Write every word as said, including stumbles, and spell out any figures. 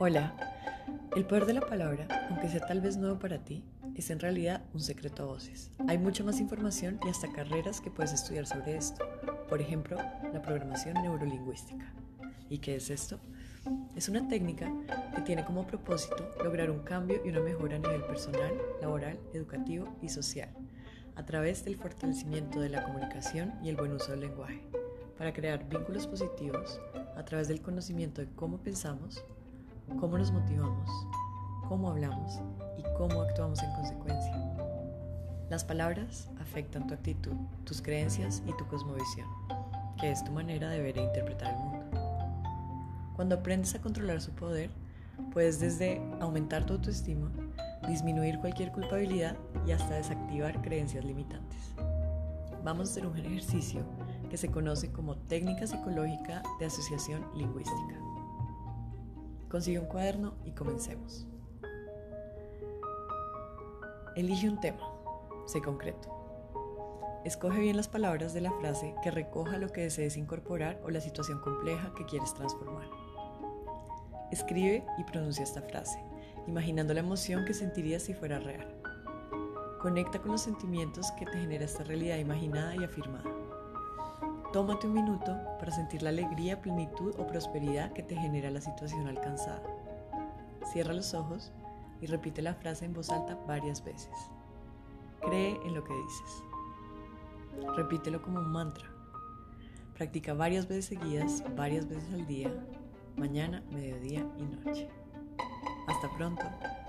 Hola, el poder de la palabra, aunque sea tal vez nuevo para ti, es en realidad un secreto a voces. Hay mucha más información y hasta carreras que puedes estudiar sobre esto. Por ejemplo, la programación neurolingüística. ¿Y qué es esto? Es una técnica que tiene como propósito lograr un cambio y una mejora a nivel personal, laboral, educativo y social, a través del fortalecimiento de la comunicación y el buen uso del lenguaje, para crear vínculos positivos a través del conocimiento de cómo pensamos, cómo nos motivamos, cómo hablamos y cómo actuamos en consecuencia. Las palabras afectan tu actitud, tus creencias y tu cosmovisión, que es tu manera de ver e interpretar el mundo. Cuando aprendes a controlar su poder, puedes desde aumentar tu autoestima, disminuir cualquier culpabilidad y hasta desactivar creencias limitantes. Vamos a hacer un ejercicio que se conoce como técnica psicológica de asociación lingüística. Consigue un cuaderno y comencemos. Elige un tema, sé concreto. Escoge bien las palabras de la frase que recoja lo que desees incorporar o la situación compleja que quieres transformar. Escribe y pronuncia esta frase, imaginando la emoción que sentirías si fuera real. Conecta con los sentimientos que te genera esta realidad imaginada y afirmada. Tómate un minuto para sentir la alegría, plenitud o prosperidad que te genera la situación alcanzada. Cierra los ojos y repite la frase en voz alta varias veces. Cree en lo que dices. Repítelo como un mantra. Practica varias veces seguidas, varias veces al día, mañana, mediodía y noche. Hasta pronto.